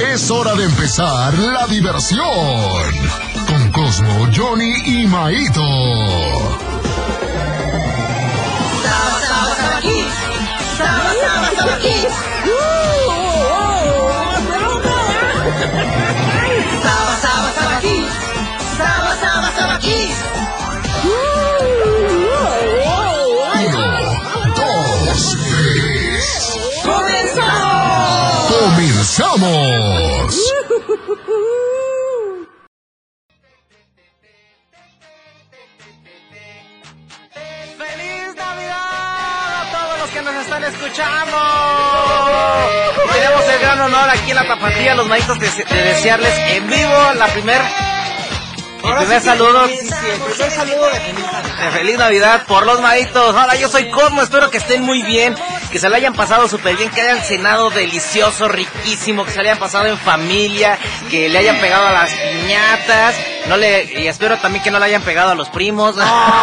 Es hora de empezar la diversión con Cosmo, Johnny y Maito. Saba aquí. Saba aquí. Saba aquí. Saba aquí. 1, 2, 3. ¡Comenzamos! ¡Comenzamos! ¡Feliz Navidad a todos los que nos están escuchando! Tenemos el gran honor aquí en la Tapatía, los maitos, de desearles en vivo el primer saludo. Sí, el primer saludo de Feliz Navidad por los maitos. Hola, yo soy Cosmo, espero que estén muy bien, que se lo hayan pasado súper bien, que hayan cenado delicioso, riquísimo, que se lo hayan pasado en familia, que le hayan pegado a las piñatas, y espero también que no le hayan pegado a los primos.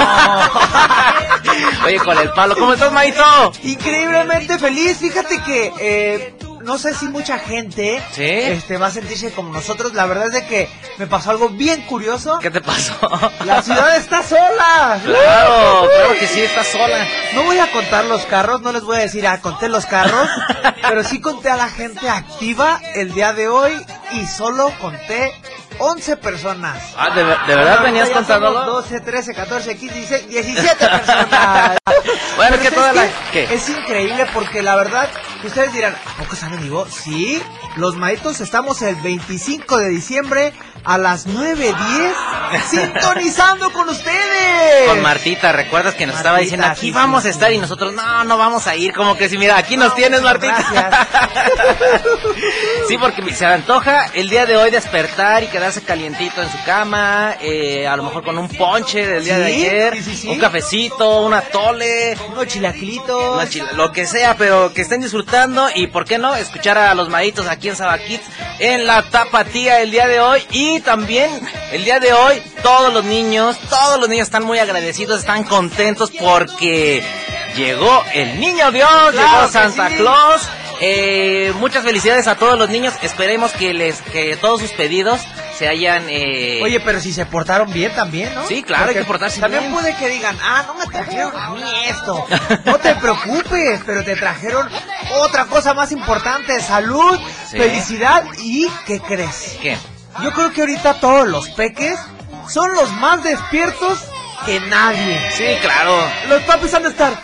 Oye, con el palo, ¿cómo estás, maito? Increíblemente feliz, fíjate que no sé si mucha gente ¿sí? Va a sentirse como nosotros. La verdad es de que me pasó algo bien curioso. ¿Qué te pasó? La ciudad está sola. Claro que sí, está sola. No voy a contar los carros, no les voy a decir, conté los carros, pero sí conté a la gente activa el día de hoy y solo conté 11 personas. ¿De verdad venías contándolo? 12, 13, 14, 15, 16, 17 personas. Bueno, que toda la... ¿Qué? Es increíble porque la verdad, ustedes dirán, ¿a poco saben, digo? Sí, los maitos estamos el 25 de diciembre a las 9:10 sintonizando con ustedes. Con Martita, ¿recuerdas que nos estaba diciendo aquí vamos a estar y nosotros no vamos a ir? Como que si mira, aquí nos tienes, Martita. Gracias. Sí, porque se antoja el día de hoy despertar y quedarse calientito en su cama, a lo mejor con un ponche del día de ayer, un cafecito, un atole, unos chilaquilitos, lo que sea, pero que estén disfrutando y por qué no escuchar a los maitos aquí en Saba Kids en la Tapatía el día de hoy. Y también el día de hoy todos los niños están muy agradecidos, están contentos porque llegó el Niño Dios, llegó Santa Claus. Muchas felicidades a todos los niños. Esperemos que todos sus pedidos se hayan... Oye, pero si se portaron bien también, ¿no? Sí, claro, porque hay que portarse también bien. Puede que digan, no me trajeron a mí esto. No te preocupes, pero te trajeron otra cosa más importante: salud, felicidad y ¿qué crees? ¿Qué? Yo creo que ahorita todos los peques son los más despiertos que nadie. Sí, claro. Los papis han de estar...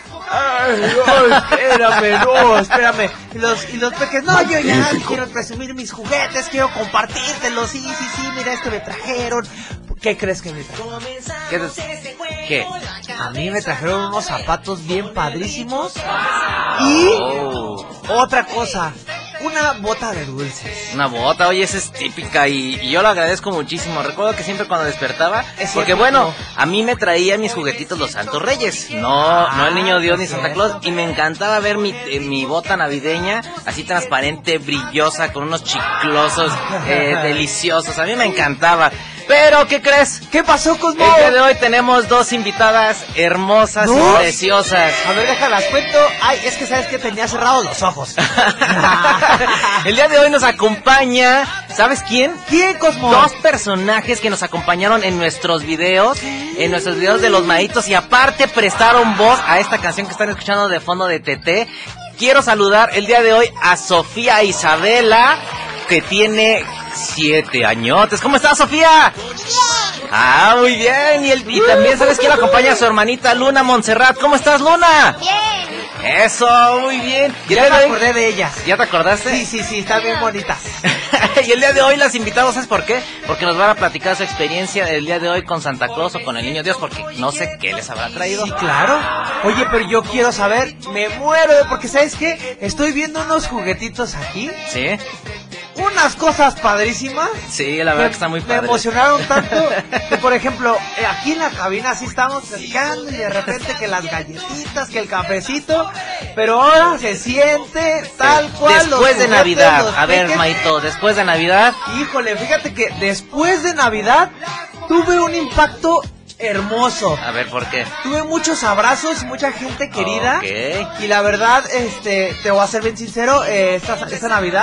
espérame. Y los peques, yo ya quiero presumir mis juguetes, quiero compartírtelos. Sí, mira, esto me trajeron. ¿Qué crees que me trajeron? ¿Qué? A mí me trajeron unos zapatos bien padrísimos. Y otra cosa, una bota de dulces. Una bota, oye, esa es típica y yo lo agradezco muchísimo. Recuerdo que siempre cuando despertaba, porque bueno, a mí me traía mis juguetitos los Santos Reyes, no el Niño Dios ni Santa Claus, y me encantaba ver mi bota navideña así transparente, brillosa, con unos chiclosos deliciosos. A mí me encantaba. Pero, ¿qué crees? ¿Qué pasó, Cosmo? El día de hoy tenemos dos invitadas hermosas y preciosas. A ver, déjalas cuento. Ay, es que sabes que tenía cerrados los ojos. El día de hoy nos acompaña, ¿sabes quién? ¿Quién, Cosmo? Dos personajes que nos acompañaron en nuestros videos de los maitos, y aparte prestaron voz a esta canción que están escuchando de fondo de TT. Quiero saludar el día de hoy a Sofía Isabela, que tiene 7 añotes. ¿Cómo estás, Sofía? Bien. Muy bien. Y también, ¿sabes quién la acompaña? A su hermanita Luna Montserrat. ¿Cómo estás, Luna? Bien. Eso, muy bien. Ya me acordé de ellas. ¿Ya te acordaste? Sí, están bien bonitas. Y el día de hoy las invitamos, ¿sabes por qué? Porque nos van a platicar su experiencia el día de hoy con Santa Claus o con el Niño Dios, porque no sé qué les habrá traído. Sí, claro. Oye, pero yo quiero saber, me muero, porque ¿sabes qué? Estoy viendo unos juguetitos aquí. ¿Sí? Unas cosas padrísimas. Sí, la verdad que está muy padre. Me emocionaron tanto que, por ejemplo, aquí en la cabina así estamos platicando y de repente que las galletitas, que el cafecito, pero ahora se siente tal cual. Después de Navidad, a ver, Maito, después de Navidad. Híjole, fíjate que después de Navidad tuve un impacto hermoso. A ver, ¿por qué? Tuve muchos abrazos, mucha gente querida. Okay. Y la verdad, te voy a ser bien sincero, esta Navidad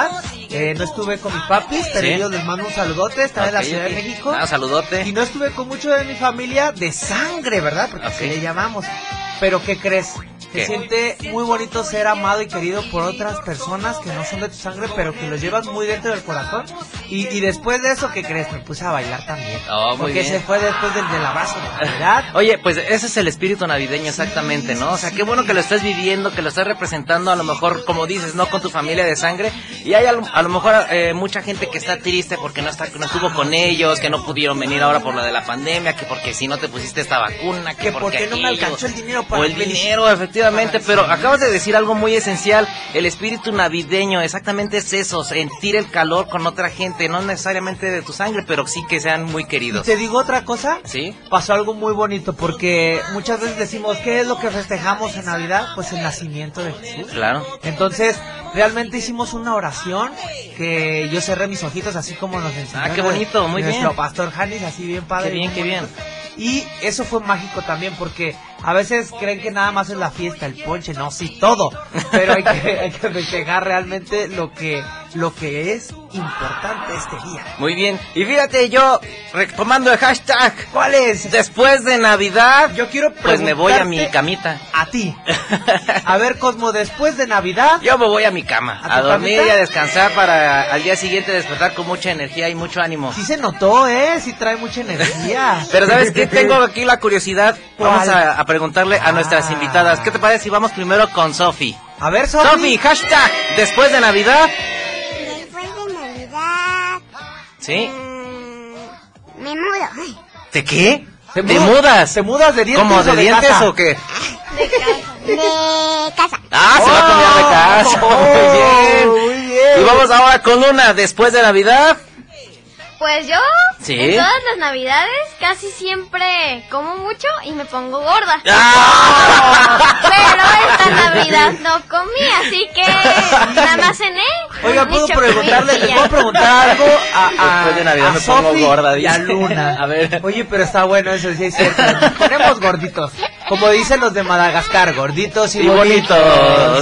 No estuve con mis papis, pero ¿Sí? ellos les mando un saludote, están en la Ok, Ciudad ok. de México. Saludote. Y no estuve con mucho de mi familia de sangre, ¿verdad? Porque así Ok. le llamamos. Pero ¿qué crees? ¿Qué? Se siente muy bonito ser amado y querido por otras personas que no son de tu sangre, pero que los llevas muy dentro del corazón. Y después de eso, ¿qué crees? Me puse a bailar también. Oh, muy porque bien. se fue después del abrazo de Navidad. Oye, pues ese es el espíritu navideño exactamente, ¿no? O sea, qué bueno que lo estés viviendo, que lo estés representando, a lo mejor, como dices, ¿no? Con tu familia de sangre. Y hay a lo mejor mucha gente que está triste porque no estuvo con ellos, que no pudieron venir ahora por lo de la pandemia, que porque si no te pusiste esta vacuna, que Que por porque qué no me aquello. alcanzó el dinero para O el feliz- dinero, efectivamente, para- pero sí. acabas de decir algo muy esencial, el espíritu navideño, exactamente es eso, sentir el calor con otra gente, no necesariamente de tu sangre, pero sí que sean muy Y queridos. te digo otra cosa. ¿Sí? Pasó algo muy bonito porque muchas veces decimos, ¿qué es lo que festejamos en Navidad? Pues el nacimiento de Jesús. Claro. Entonces, realmente hicimos una oración que yo cerré mis ojitos así como nos enseñó. Ah, qué bonito, muy nuestro bien. pastor Janis, así bien padre. Qué bien, qué bien. Y eso fue mágico también porque a veces creen que nada más es la fiesta, el ponche, no, sí, todo. Pero hay que festejar realmente lo que es importante este día. Muy bien. Y fíjate, yo, retomando el hashtag, ¿Cuál es? después de Navidad, Yo quiero pues me voy a mi preguntarte camita. a ti. A ver, Cosmo, después de Navidad, Yo me voy a mi cama, ¿A a tu dormir camita? y a descansar para al día siguiente despertar con mucha energía y mucho ánimo. sí se notó, sí trae mucha energía. Pero ¿sabes qué? Tengo aquí la curiosidad. Vamos ¿Cuál? a preguntarle a nuestras Ah. invitadas. ¿Qué te parece si vamos primero con Sofi? A ver, Sofi. Sofi, hashtag, después de Navidad. Después de Navidad, ¿Sí? me mudo. ¿De qué? ¿Te ¿Te mudas? ¿Te mudas de dientes ¿Cómo, de o dientes casa? o qué? De casa. Ah, se va a cambiar de casa. Muy bien. Muy bien. Y vamos ahora con Luna, después de Navidad. Pues yo, ¿Sí? en todas las navidades, casi siempre como mucho y me pongo gorda. ¡Ah! Pero esta Navidad no comí, así que nada más cené. Oiga, Ni ¿puedo chocolate preguntarle, y les ya. puedo preguntar algo Después de Navidad a me pongo Sofi gorda, y a dice. Luna? A ver. Oye, pero está bueno eso, sí es cierto. Nos ponemos gorditos. Como dicen los de Madagascar, gorditos y, Y bonitos.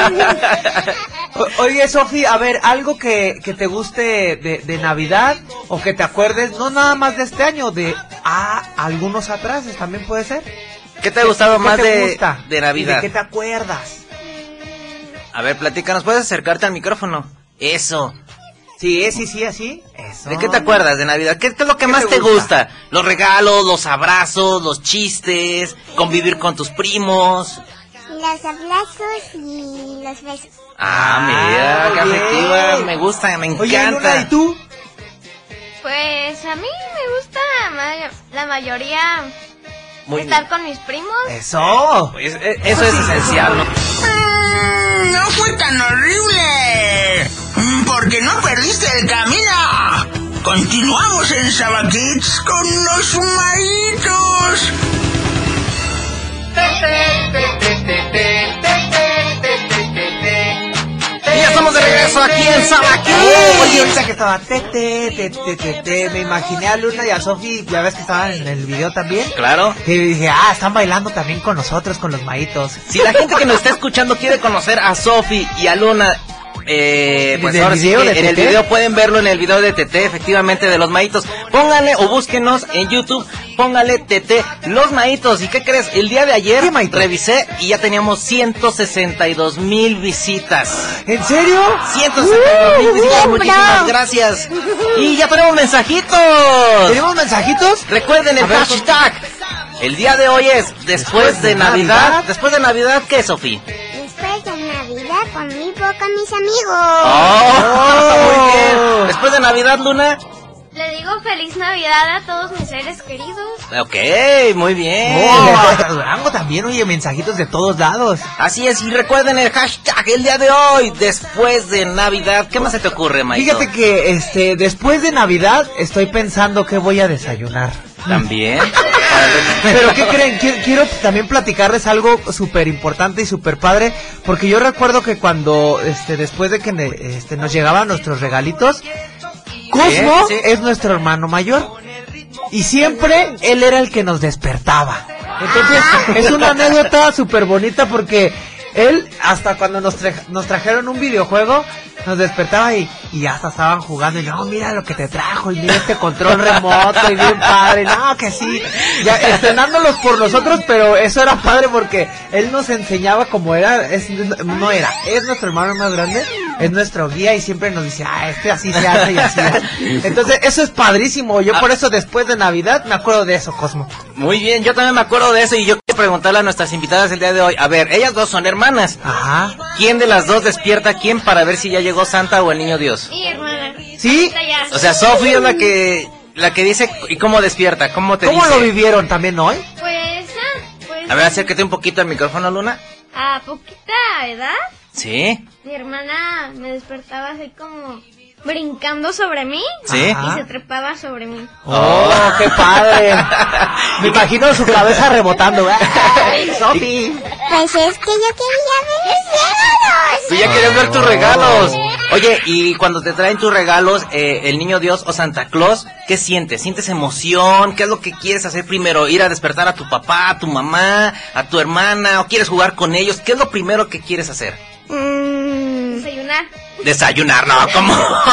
Oye, Sofi, a ver, algo que te guste de Navidad o que te acuerdes, no nada más de este año, de algunos atrás, también puede ser. ¿Qué te ha gustado ¿Qué más te gusta? de ¿Y Navidad? ¿De qué te acuerdas? A ver, platícanos, ¿puedes acercarte al micrófono? Eso. Sí, así. Eso. ¿De qué te acuerdas de Navidad? ¿Qué es lo que ¿Qué más te te gusta? gusta? Los regalos, los abrazos, los chistes, convivir con tus primos. Los abrazos y los besos. Ah, mira, qué bien. afectiva, me gusta, me encanta. Oye, Luna, ¿y tú? Pues a mí me gusta la mayoría Muy estar bien. con mis primos. Eso. Pues, eso es esencial, ¿no? No fue tan horrible, porque no perdiste el camino. Continuamos en Sabakids con los maitos. Y ya estamos de regreso aquí en Sabaquí. Oye, ahorita que estaba me imaginé a Luna y a Sofi, ya ves que estaban en el video también. Claro. Y dije, están bailando también con nosotros, con los maitos. Si la gente que nos está escuchando quiere conocer a Sofi y a Luna, pues ¿Del ahora sí video que de en el Tete? video pueden verlo en el video de Tete, efectivamente, de los maitos. Pónganle o búsquenos en YouTube, póngale Tete, los maitos. ¿Y qué crees? El día de ayer ¿Qué maito? revisé y ya teníamos 162,000 visitas. ¿En serio? 162,000 visitas, bien, muchísimas bro. gracias. Y ya tenemos mensajitos. ¿Tenemos mensajitos? Recuerden el A ver, hashtag. El día de hoy es después de Navidad. Después de Navidad, ¿qué, Sofi? Después de Navidad convivo con mis amigos. Muy bien. Después de Navidad, Luna. Le digo feliz Navidad a todos mis seres queridos. Ok, muy bien. Hasta Durango también, oye, mensajitos de todos lados. Así es, y recuerden el hashtag el día de hoy, después de Navidad. ¿Qué más se te ocurre, Maito? Fíjate que después de Navidad estoy pensando qué voy a desayunar. También. Pero ¿qué creen? Quiero también platicarles algo súper importante y súper padre, porque yo recuerdo que cuando, después de que nos llegaban nuestros regalitos, Cosmo Sí. es nuestro hermano mayor, y siempre él era el que nos despertaba. Entonces, es una anécdota súper bonita porque él, hasta cuando nos trajeron un videojuego, nos despertaba y ya hasta estaban jugando y no, mira lo que te trajo y mira este control remoto y bien padre, no, que sí, ya estrenándolos por nosotros, pero eso era padre porque él nos enseñaba como era, es nuestro hermano más grande, es nuestro guía y siempre nos dice, así se hace y así. Entonces eso es padrísimo, yo por eso después de Navidad me acuerdo de eso, Cosmo. Muy bien, yo también me acuerdo de eso y yo quiero preguntarle a nuestras invitadas el día de hoy, a ver, ellas dos son hermanas. Ajá. ¿Quién de las dos despierta a quién para ver si ya llegó Santa o el niño Dios? Mi hermana. ¿Sí? O sea, Sofi es la que dice, ¿y cómo despierta? ¿Cómo te ¿Cómo dice? lo vivieron también hoy? Pues, A ver, acércate un poquito al micrófono, Luna. a poquita edad, Sí, mi hermana me despertaba así como brincando sobre mí. sí. Ajá. Y se trepaba sobre mí. ¡Oh, qué padre! Me imagino su cabeza rebotando. ¡Ay, Sofi! Pues es que yo quería ver mis regalos. Tú ya quieres ver tus regalos. Oye, y cuando te traen tus regalos, el niño Dios o Santa Claus, ¿qué sientes? ¿Sientes emoción? ¿Qué es lo que quieres hacer primero? ¿Ir a despertar a tu papá, a tu mamá, a tu hermana? ¿O quieres jugar con ellos? ¿Qué es lo primero que quieres hacer? Desayunar. Desayunar, no, ¿cómo?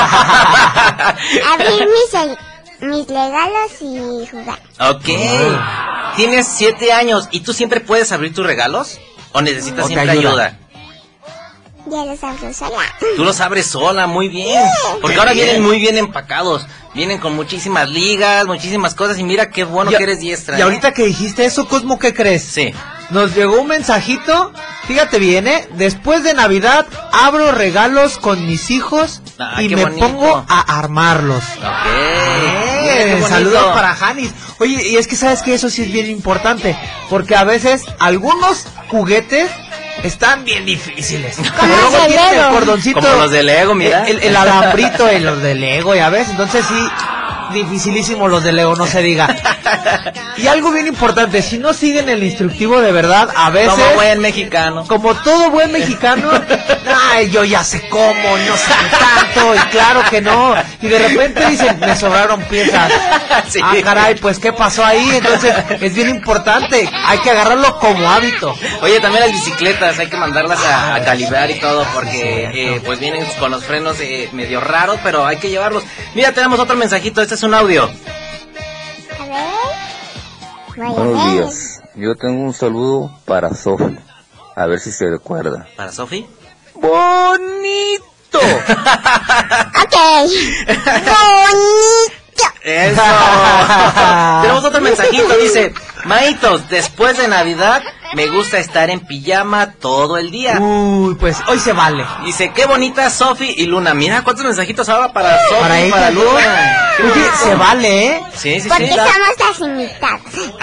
Abrir mis regalos y jugar. Ok. Tienes 7 años, ¿y tú siempre puedes abrir tus regalos? ¿O necesitas ¿O te siempre ayuda? ayuda? Ya los abro sola. Tú los abres sola, muy bien. Porque ahora vienen muy bien empacados. Vienen con muchísimas ligas, muchísimas cosas. Y mira qué bueno que eres diestra. Y ahorita que dijiste eso, Cosmo, ¿qué crees? Sí. Nos llegó un mensajito, fíjate bien, después de Navidad abro regalos con mis hijos y qué me bonito. pongo a armarlos. Ok. Mira qué bonito. Saludos para Janis. Oye, y es que sabes que eso sí es bien importante, porque a veces algunos juguetes están bien difíciles. Como Luego los de tienen el Lego. cordoncito, Como los de Lego, mira. el alambrito y los de Lego, ya ves, entonces sí, dificilísimo los de Lego, no se diga. Y algo bien importante, si no siguen el instructivo de verdad, a veces, Como buen mexicano. como todo buen mexicano, ay, yo ya sé cómo, no sé tanto, y claro que no. Y de repente dicen, me sobraron piezas. Sí. Ah, caray, pues ¿qué pasó ahí? Entonces, es bien importante, hay que agarrarlo como hábito. Oye, también las bicicletas hay que mandarlas a calibrar y todo porque pues vienen con los frenos medio raros, pero hay que llevarlos. Mira, tenemos otro mensajito, este es un audio. A ver. Voy a Buenos ver. días. Yo tengo un saludo para Sofi. A ver si se recuerda. ¿Para Sofi? ¡Bonito! Ok. Bonito. Eso. Tenemos otro mensajito, dice: Maitos, después de Navidad me gusta estar en pijama todo el día. Uy, pues hoy se vale. Dice, qué bonita Sofi y Luna. Mira cuántos mensajitos ahora para Sofi Para y ella, para ¿no? Luna. Qué Oye, bonito. se vale, ¿eh? Sí, sí, Porque sí. somos las invitadas.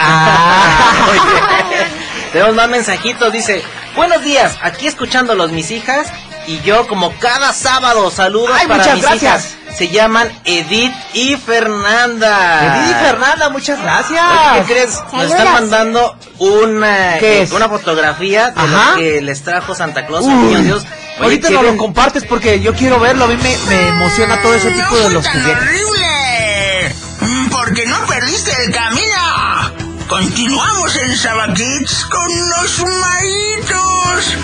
Oye, tenemos más mensajitos, dice: buenos días, aquí escuchándolos mis hijas y yo como cada sábado. Saludos Ay, para muchas mis gracias. hijas. Se llaman Edith y Fernanda. Edith y Fernanda, muchas gracias. Oye, ¿qué crees? Nos Saludos. están mandando una, ¿Qué es? una fotografía de Ajá. lo que les trajo Santa Claus, Uy, el niño Dios. Oye, ahorita qué nos lo bien. compartes porque yo quiero verlo. A mí me emociona todo ese tipo de los ¡No fue tan juguetes. horrible! Porque no perdiste el camino. Continuamos en Sabaquits con los maitos.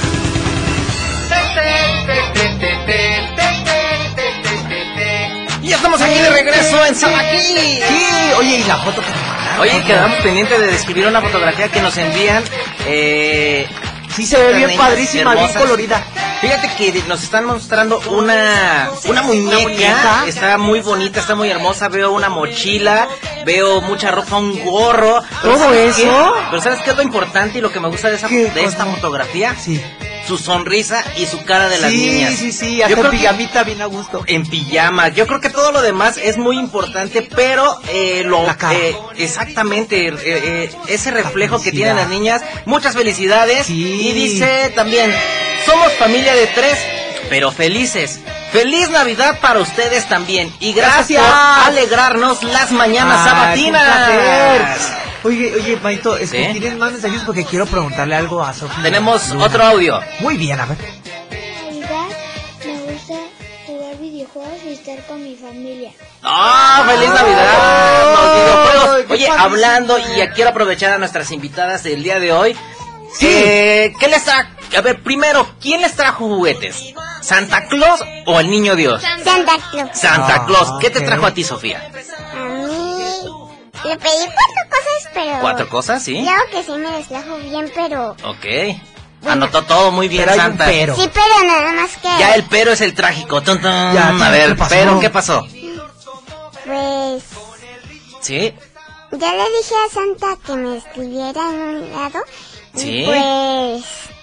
Y ya estamos aquí de regreso en Sabaquí. Sí, oye, y la foto que me mandaron. Oye, quedamos pendientes de describir una fotografía que nos envían. Sí, se ve bien niñas padrísima, bien hermosas. colorida. Fíjate que nos están mostrando una muñeca. muñeca. Está muy bonita, está muy hermosa. Veo una mochila, veo mucha ropa, un gorro. Pero ¿Todo ¿sabes qué? eso? Pero ¿sabes qué es lo importante y lo que me gusta de ¿Qué esta cosa? fotografía? Sí. Su sonrisa y su cara de las niñas. Sí, Yo hasta creo en que- pijamita bien a gusto. En pijama. Yo creo que todo lo demás es muy importante, pero La cara. exactamente, ese reflejo que felicidad. tienen las niñas. Muchas felicidades. Sí. Y dice también, somos familia de 3, pero felices. Feliz Navidad para ustedes también. Y gracias, Gracias. por alegrarnos las mañanas Ay, sabatinas. qué placer. Oye, Maito, es que ¿Sí? tienes más mensajes porque quiero preguntarle algo a Sofía. Tenemos Luna. otro audio. Muy bien, a ver. Navidad me gusta jugar videojuegos y estar con mi familia. ¡Ah! ¡Feliz Navidad! ¡Ay, Los videojuegos. qué Oye, padrísimo! hablando, y quiero aprovechar a nuestras invitadas del día de hoy. Sí. ¿Qué les A ver, primero, ¿quién les trajo juguetes? ¿Santa Claus o el Niño Dios? Santa Claus. Santa Claus. ¿Qué te ok. trajo a ti, Sofía? A mí le pedí 4 cosas, pero... 4 cosas, ¿sí? Claro que sí me las trajo bien, pero... Ok. Anotó todo muy bien, Pero hay un Santa. pero. Sí, pero nada más que... Ya el pero es el trágico. Tun, tun. Ya, A ver, ¿qué pasó? pero, ¿qué pasó? Pues... ¿Sí? Ya le dije a Santa que me escribiera en un lado. Sí. Y pues...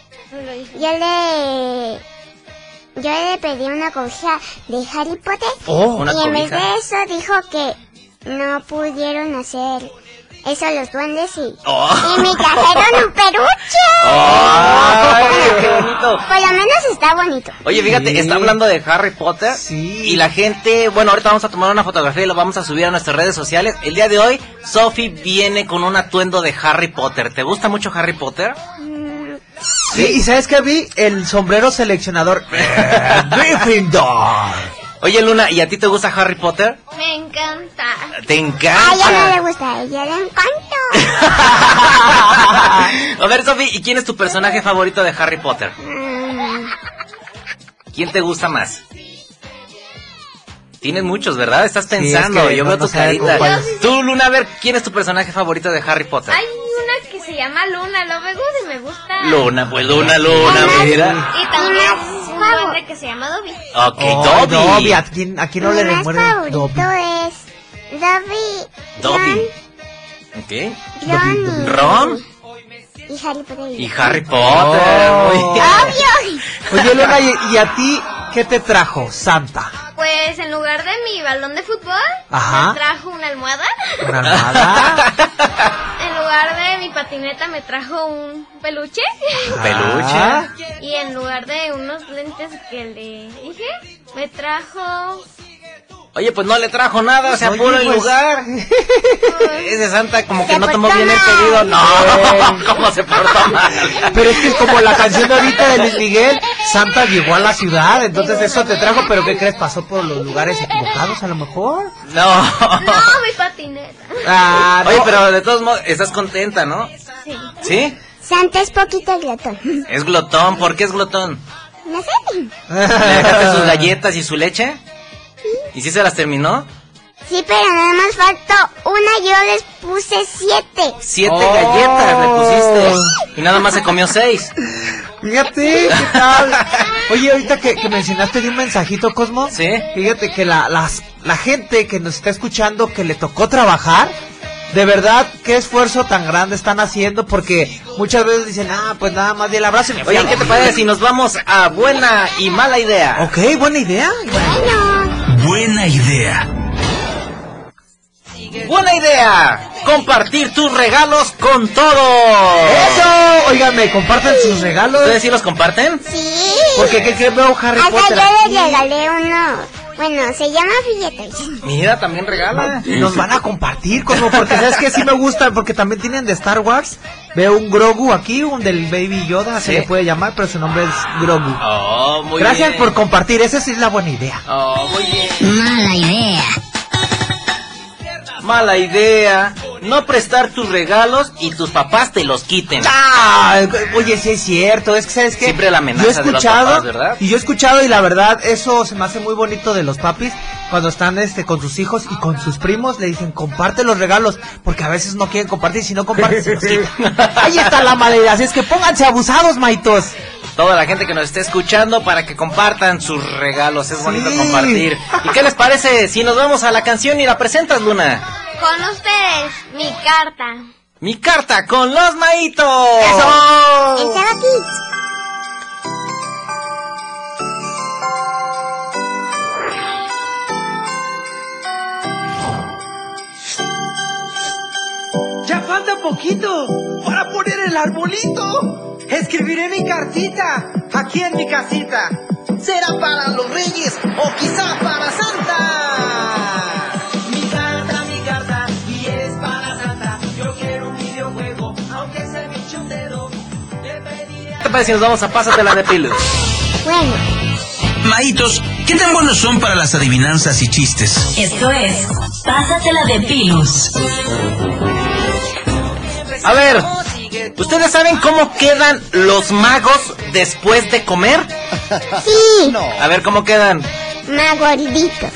Yo le pedí una cobija de Harry Potter. Oh, Una y en vez cobija. de eso dijo que no pudieron hacer eso los duendes y me trajeron un peluche. ¡Ay, qué bonito! Por lo menos está bonito. Oye, fíjate, Sí. está hablando de Harry Potter. Sí. Y la gente, bueno, ahorita vamos a tomar una fotografía y lo vamos a subir a nuestras redes sociales. El día de hoy, Sophie viene con un atuendo de Harry Potter. ¿Te gusta mucho Harry Potter? Sí, y ¿sabes qué vi? El sombrero seleccionador. Gryffindor. Oye, Luna, ¿y a ti te gusta Harry Potter? Me encanta. ¿Te A ella no encanta? le gusta, a ella le encanta. A ver, Sophie, ¿y quién es tu personaje favorito de Harry Potter? ¿Quién te gusta más? Tienes muchos, ¿verdad? Estás pensando, es que yo no- veo no tu sabe carita. cuál es. Tú, Luna, a ver, ¿quién es tu personaje favorito de Harry Potter? Hay una que se llama Luna, lo veo y me gusta. Luna, pues Luna, mira. Y también Más un favor- duende que se llama Dobby. Ok, Oh, Dobby. Dobby, aquí no Mi le más remueven favorito Dobby. es Dobby, Dobby. Ok. Ron, Ron y Harry Potter. y Harry Potter. Oh. Muy bien. ¡Obvio! Oye, Luna, ¿y a ti qué te trajo Santa? Pues en lugar de mi balón de fútbol, Ajá. me trajo una almohada. ¿Una almohada? En lugar de mi patineta me trajo un peluche. Peluche. Ah. Y en lugar de unos lentes que le dije, me trajo... Oye, pues no le trajo nada, se Oye, apuró el pues. lugar. Ese Santa como que Se no tomó portó bien el mal. pedido. No, Bien. ¿cómo se portó mal? Pero es que es como la canción de ahorita de Luis Miguel, Santa llegó a la ciudad, entonces eso te trajo, pero ¿qué crees? Pasó por los lugares equivocados a lo mejor. No. No, mi patineta. Ah, no. Oye, pero de todos modos, estás contenta, ¿no? Sí. ¿Sí? Santa es poquito glotón. Es glotón. ¿Por qué es glotón? No sé. ¿Le dejaste sus galletas y su leche? ¿Y si se las terminó? Sí, pero nada más faltó una, yo les puse 7. 7 Oh. galletas le pusiste. Y nada más se comió 6. Fíjate, ¿qué tal? Oye, ahorita que mencionaste de un mensajito, Cosmo. Sí. Fíjate que la gente que nos está escuchando, que le tocó trabajar, de verdad, qué esfuerzo tan grande están haciendo, porque muchas veces dicen, pues nada más di el abrazo y me fui Oye, a ¿qué te dormir. parece si nos vamos a buena y mala idea? Ok, buena idea. Buena idea. ¡Buena idea! Compartir tus regalos con todos. ¡Eso! Óigame, compartan sus regalos. ¿Ustedes sí los comparten? Sí. Porque ¿qué veo Harry Hasta Potter? yo le regalé uno. Bueno, se llama billetes. Mira, también regala. Y nos van a compartir, Cosmo, porque sabes que sí me gusta, porque también tienen de Star Wars. Veo un Grogu aquí, un del Baby Yoda, se ¿Sí? le puede llamar, pero su nombre es Grogu. Oh, muy Gracias bien. por compartir, esa sí es la buena idea. Oh, muy bien. Mala idea. Mala idea. No prestar tus regalos y tus papás te los quiten. Oye, sí es cierto, es que sabes que Siempre la amenaza yo he de los escuchado, papás, ¿verdad? y yo he escuchado y la verdad eso se me hace muy bonito de los papis cuando están con sus hijos y con sus primos le dicen comparte los regalos porque a veces no quieren compartir, si no comparten se los quitan. Ahí está la mala idea, así es que pónganse abusados, maitos. Toda la gente que nos esté escuchando para que compartan sus regalos. Es bonito Sí. compartir. ¿Y qué les parece si nos vamos a la canción y la presentas, Luna? Con ustedes, mi carta. Mi carta con los maitos. ¡Eso! El Saba Kids. Ya falta poquito para poner el arbolito. Escribiré mi cartita aquí en mi casita. Será para los reyes o quizá para Santa. Mi carta, y es para Santa. Yo quiero un videojuego, aunque se me eche un dedo. Le pediré ¿Qué te parece si nos vamos a Pásatela de Pilus? Bueno, Maitos, ¿qué tan buenos son para las adivinanzas y chistes? Esto es Pásatela de Pilus. A ver, ¿Ustedes saben cómo quedan los magos después de comer? Sí. No. A ver, ¿cómo quedan? Más gorditos.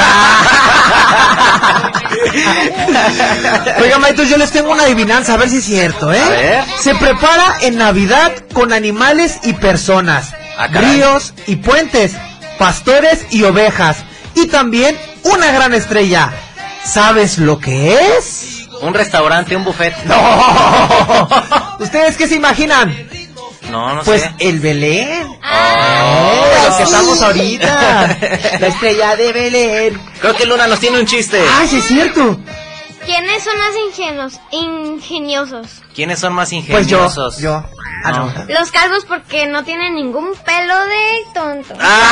Oiga, maitos, yo les tengo una adivinanza, a ver si es cierto, ¿eh? A ver. Se prepara en Navidad con animales y personas, Ah, caray. ríos y puentes, pastores y ovejas, y también una gran estrella. ¿Sabes lo que es? Un restaurante, un buffet. ¡No! ¿Ustedes qué se imaginan? No Pues sé. el Belén. Oh, Lo que estamos ahorita. La estrella de Belén. Creo que Luna nos tiene un chiste. ¡Ay, sí es cierto! ¿Quiénes son más ingeniosos? ¿Quiénes son más Pues ingeniosos? yo. Ah, no. Los calvos porque no tienen ningún pelo de tonto.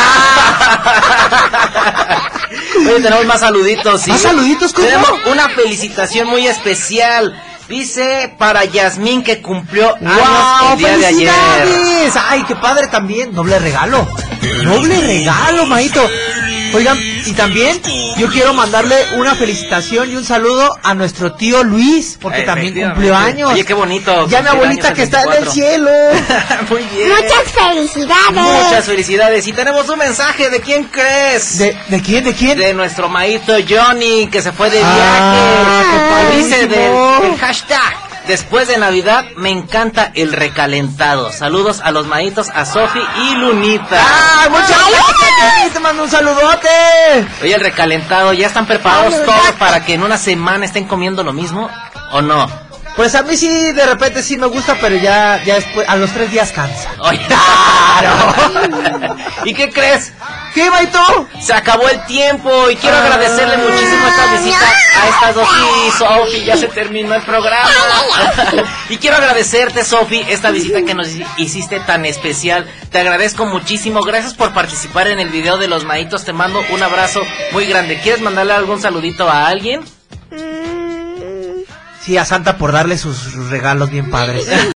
Oye, tenemos más saluditos, ¿sí? ¿Más saluditos, Cosmo? Tenemos una felicitación muy especial. Dice para Yasmín que cumplió años ¡Wow! el día de ayer. ¡Felicidades! ¡Ay, qué padre también! Doble regalo. Doble regalo, maito. Oigan, y también yo quiero mandarle una felicitación y un saludo a nuestro tío Luis, porque también cumplió años. Oye, qué bonito. Ya mi abuelita que está en el cielo. Muy bien. Muchas felicidades. Muchas felicidades. Y tenemos un mensaje. ¿De quién crees? ¿De quién? ¿De quién? De nuestro maíto Johnny, que se fue de Ah, qué viaje. Dice padrísimo. del hashtag: después de Navidad me encanta el recalentado. Saludos a los maitos, a Sofi y Lunita. ¡Ah, muchas gracias! Te mando un saludote. Oye, el recalentado, ¿ya están preparados todos para que en una semana estén comiendo lo mismo o no? Pues a mí sí, de repente sí me gusta, pero ya después, a los 3 días cansa. Oye, ¿y qué crees? ¿Qué, Maito? Se acabó el tiempo y quiero agradecerle muchísimo esta visita a estas dos. Sí, Sofi, ya se terminó el programa. Y quiero agradecerte, Sofi, esta visita que nos hiciste tan especial. Te agradezco muchísimo. Gracias por participar en el video de los maitos. Te mando un abrazo muy grande. ¿Quieres mandarle algún saludito a alguien? Sí, a Santa por darle sus regalos bien padres.